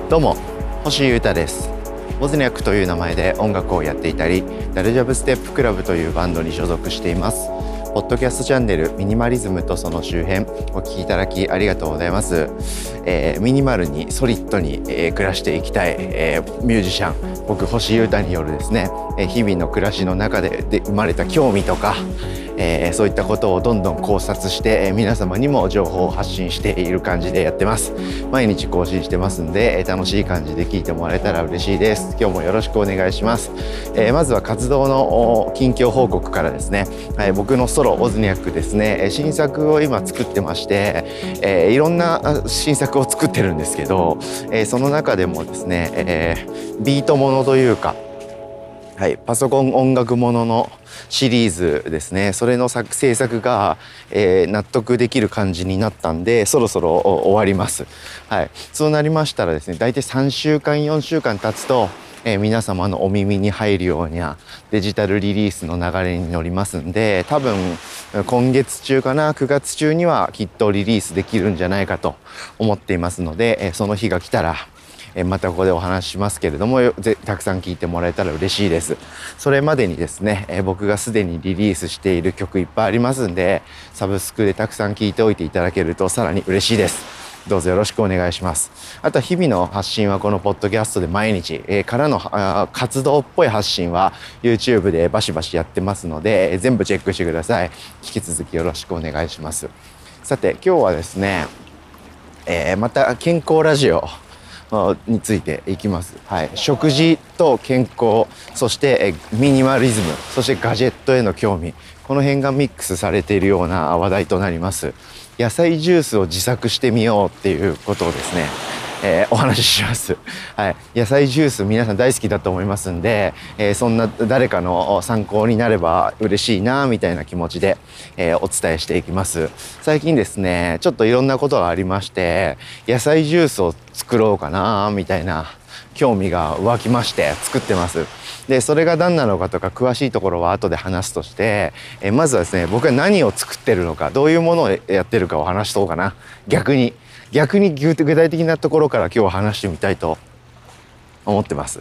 どうも、星優太です。ボズニャックという名前で音楽をやっていたり、ダルジャブステップクラブというバンドに所属しています。ポッドキャストチャンネルミニマリズムとその周辺お聞きいただきありがとうございます。ミニマルにソリッドに、暮らしていきたい、ミュージシャン僕星優太によるですね、日々の暮らしの中で生まれた興味とか、そういったことをどんどん考察して、皆様にも情報を発信している感じでやってます。毎日更新してますんで、楽しい感じで聞いてもらえたら嬉しいです。今日もよろしくお願いします。まずは活動の近況報告からですね、僕のソロオズニャックですね、新作を今作ってまして、いろんな新作を作ってるんですけど、その中でもですね、ビートものというか、パソコン音楽もののシリーズですね。それの制作が、納得できる感じになったんで、そろそろ終わります。そうなりましたらですね、大体3週間4週間経つと、皆様のお耳に入るようなデジタルリリースの流れに乗りますんで、多分今月中かな、9月中にはきっとリリースできるんじゃないかと思っていますので、その日が来たらまたここでお話ししますけれども、たくさん聴いてもらえたら嬉しいです。それまでにですね、僕がすでにリリースしている曲いっぱいありますんで、サブスクでたくさん聴いておいていただけるとさらに嬉しいです。どうぞよろしくお願いします。あとは日々の発信はこのポッドキャストで毎日、からの活動っぽい発信は YouTube でバシバシやってますので、全部チェックしてください。引き続きよろしくお願いします。さて今日はですね、また健康ラジオについていきます。食事と健康、そしてミニマリズム、そしてガジェットへの興味、この辺がミックスされているような話題となります。野菜ジュースを自作してみようっていうことをですね、お話しします。野菜ジュース皆さん大好きだと思いますんで、そんな誰かの参考になれば嬉しいなみたいな気持ちで、お伝えしていきます。最近ですね、ちょっといろんなことがありまして、野菜ジュースを作ろうかなみたいな興味が湧きまして作ってます。で、それが何なのかとか詳しいところは後で話すとして、まずはですね、僕が何を作ってるのか、どういうものをやってるかを話しそうかな。逆に具体的なところから今日は話してみたいと思ってます。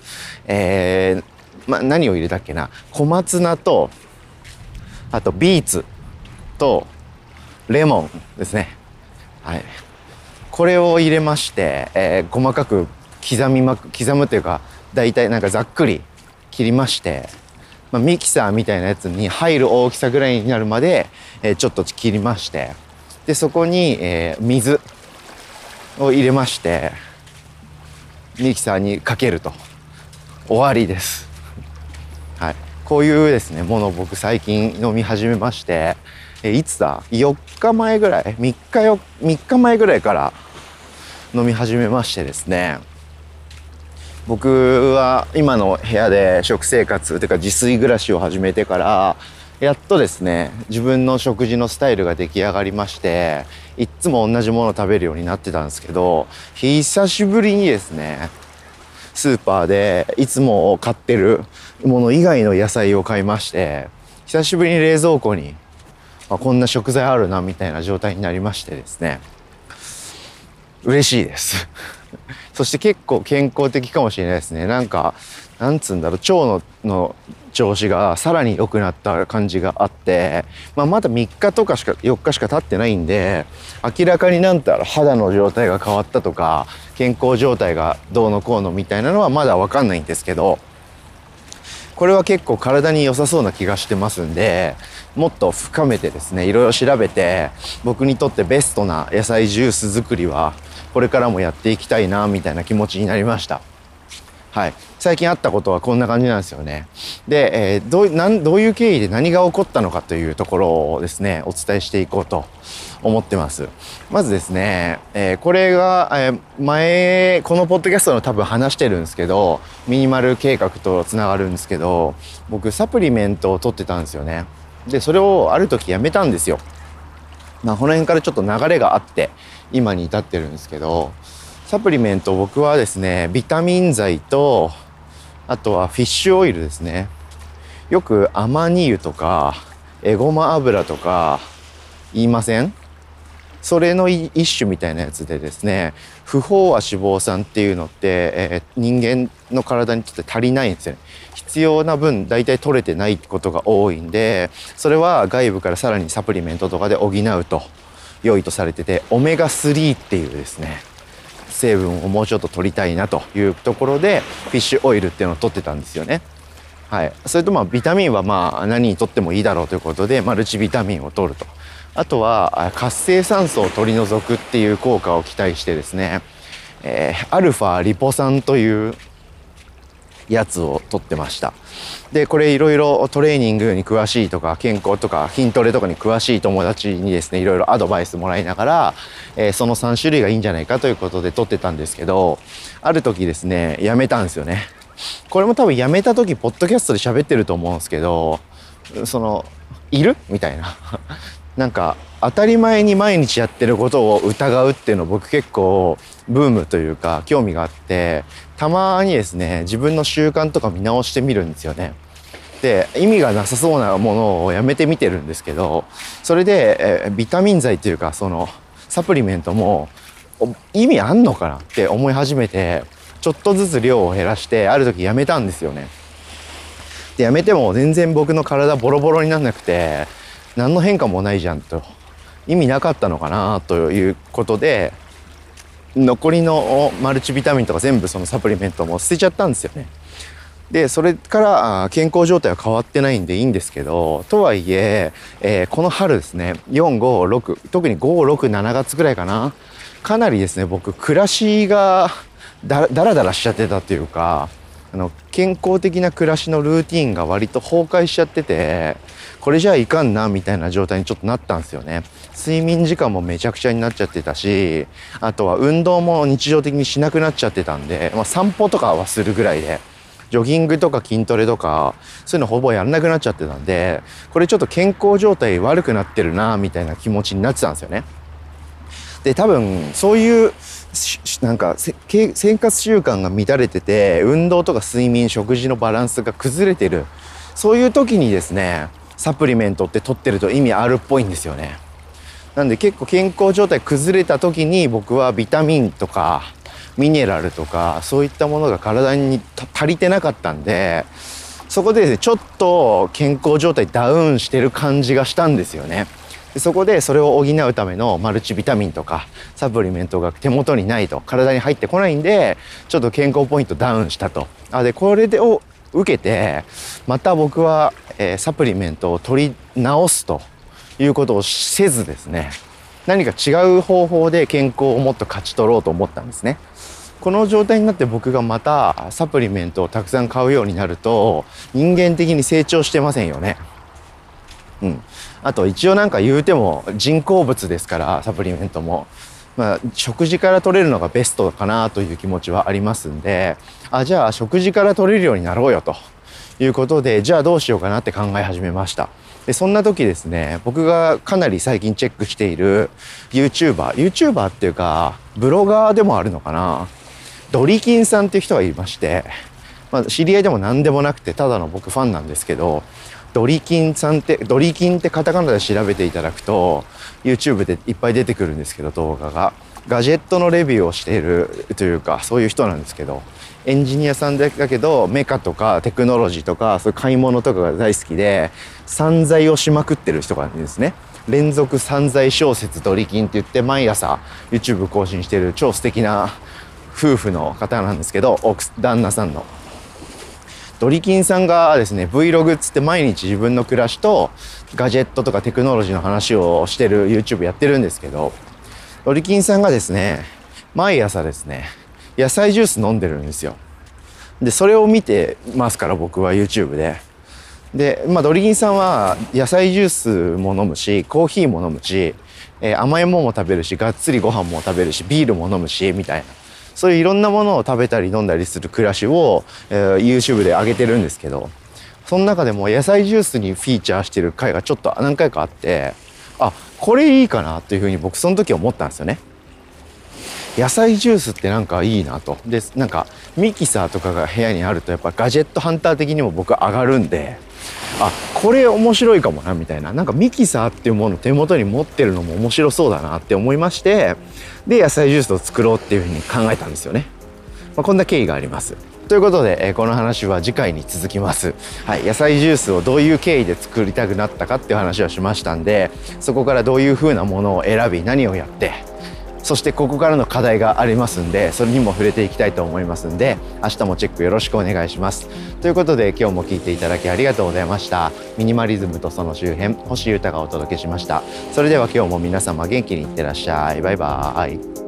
何を入れたっけな。小松菜と、あとビーツとレモンですね。これを入れまして、細かく刻むというか、大体なんかざっくり切りまして、ミキサーみたいなやつに入る大きさぐらいになるまで、ちょっと切りまして、でそこに、水を入れましてミキサーにかけると終わりです。こういうですねものを僕最近飲み始めまして、いつだ4日前ぐらい3日前ぐらいから飲み始めましてですね、僕は今の部屋で食生活というか自炊暮らしを始めてからやっとですね自分の食事のスタイルが出来上がりまして、いっつも同じものを食べるようになってたんですけど、久しぶりにですねスーパーでいつも買ってるもの以外の野菜を買いまして、久しぶりに冷蔵庫にこんな食材あるなみたいな状態になりましてですね、嬉しいですそして結構健康的かもしれないですね。なんつうんだろう、腸の調子がさらに良くなった感じがあって、まだ3日とか4日しか経ってないんで、明らかに肌の状態が変わったとか健康状態がどうのこうのみたいなのはまだ分かんないんですけど、これは結構体に良さそうな気がしてますんで、もっと深めてですねいろいろ調べて、僕にとってベストな野菜ジュース作りはこれからもやっていきたいなみたいな気持ちになりました。最近あったことはこんな感じなんですよね。で、どういう経緯で何が起こったのかというところをですねお伝えしていこうと思ってます。まずですね、これが、前このポッドキャストの多分話してるんですけど、ミニマル計画とつながるんですけど、僕サプリメントを取ってたんですよね。でそれをある時やめたんですよ。この辺からちょっと流れがあって今に至ってるんですけど、サプリメント僕はですねビタミン剤と、あとはフィッシュオイルですね。よくアマニ油とかエゴマ油とか言いません？ それの一種みたいなやつでですね、不飽和脂肪酸っていうのって、人間の体にとって足りないんですよね。必要な分大体取れてないことが多いんで、それは外部からさらにサプリメントとかで補うと良いとされてて、オメガ3っていうですね成分をもうちょっと取りたいなというところでフィッシュオイルっていうのを取ってたんですよね。はい、それとビタミンは何にとってもいいだろうということでマルチビタミンを取ると。あとは活性酸素を取り除くっていう効果を期待してですね、アルファリポ酸というやつを取ってました。でこれいろいろトレーニングに詳しいとか健康とか筋トレとかに詳しい友達にですねいろいろアドバイスもらいながら、その3種類がいいんじゃないかということで取ってたんですけど、ある時ですねやめたんですよね。これも多分やめた時ポッドキャストで喋ってると思うんですけど、いるみたいななんか当たり前に毎日やってることを疑うっていうの僕結構ブームというか興味があって、たまにですね自分の習慣とか見直してみるんですよね。で意味がなさそうなものをやめてみてるんですけど、それで、ビタミン剤というかサプリメントも意味あんのかなって思い始めて、ちょっとずつ量を減らしてある時やめたんですよね。でやめても全然僕の体ボロボロになんなくて何の変化もないじゃんと、意味なかったのかなということで残りのマルチビタミンとか全部そのサプリメントも捨てちゃったんですよね。でそれから健康状態は変わってないんでいいんですけど、とはいえこの春ですね456特に567月ぐらいかな、かなりですね僕暮らしがだらだらしちゃってたというか、健康的な暮らしのルーティンが割と崩壊しちゃってて、これじゃいかんなみたいな状態にちょっとなったんですよね。睡眠時間もめちゃくちゃになっちゃってたし、あとは運動も日常的にしなくなっちゃってたんで、散歩とかはするぐらいでジョギングとか筋トレとかそういうのほぼやんなくなっちゃってたんで、これちょっと健康状態悪くなってるなみたいな気持ちになってたんですよね。で多分そういうなんか生活習慣が乱れてて、運動とか睡眠食事のバランスが崩れてる、そういう時にですねサプリメントって取ってると意味あるっぽいんですよね。なんで結構健康状態崩れた時に僕はビタミンとかミネラルとかそういったものが体に足りてなかったんで、そこでですねちょっと健康状態ダウンしてる感じがしたんですよね。でそこでそれを補うためのマルチビタミンとかサプリメントが手元にないと、体に入ってこないんでちょっと健康ポイントダウンしたと。でこれを受けてまた僕は、サプリメントを取り直すということをせずですね、何か違う方法で健康をもっと勝ち取ろうと思ったんですね。この状態になって僕がまたサプリメントをたくさん買うようになると人間的に成長してませんよね。あと一応なんか言うても人工物ですからサプリメントも、食事から取れるのがベストかなという気持ちはありますんで、じゃあ食事から取れるようになろうよということで、じゃあどうしようかなって考え始めました。でそんな時ですね、僕がかなり最近チェックしている YouTuber っていうかブロガーでもあるのかな、ドリキンさんっていう人がいまして、知り合いでも何でもなくてただの僕ファンなんですけど、ドリキンってカタカナで調べていただくと YouTube でいっぱい出てくるんですけど、動画がガジェットのレビューをしているというかそういう人なんですけど、エンジニアさんだけどメカとかテクノロジーとかそういう買い物とかが大好きで散財をしまくってる人がいるんですね。連続散財小説ドリキンって言って毎朝 YouTube 更新している超素敵な夫婦の方なんですけど、旦那さんのドリキンさんがですね Vlog っつって毎日自分の暮らしとガジェットとかテクノロジーの話をしてる YouTube やってるんですけど、ドリキンさんがですね毎朝ですね野菜ジュース飲んでるんですよ。でそれを見てますから僕は YouTube でドリキンさんは野菜ジュースも飲むしコーヒーも飲むし、甘いものも食べるしがっつりご飯も食べるしビールも飲むしみたいな、そういういろんなものを食べたり飲んだりする暮らしを、YouTube で上げてるんですけど、その中でも野菜ジュースにフィーチャーしてる回がちょっと何回かあって、これいいかなというふうに僕その時思ったんですよね。 野菜ジュースってなんかいいなと。で、なんかミキサーとかが部屋にあるとやっぱガジェットハンター的にも僕上がるんで、あ、これ面白いかもなみたいな。なんかミキサーっていうものを手元に持ってるのも面白そうだなって思いまして、で、野菜ジュースを作ろうっていうふうに考えたんですよね。こんな経緯があります。ということで、この話は次回に続きます。はい、野菜ジュースをどういう経緯で作りたくなったかっていう話をしましたんで、そこからどういう風なものを選び、何をやって、そしてここからの課題がありますんで、それにも触れていきたいと思いますんで、明日もチェックよろしくお願いします。ということで、今日も聞いていただきありがとうございました。ミニマリズムとその周辺、星優太がお届けしました。それでは今日も皆様元気にいってらっしゃい。バイバーイ。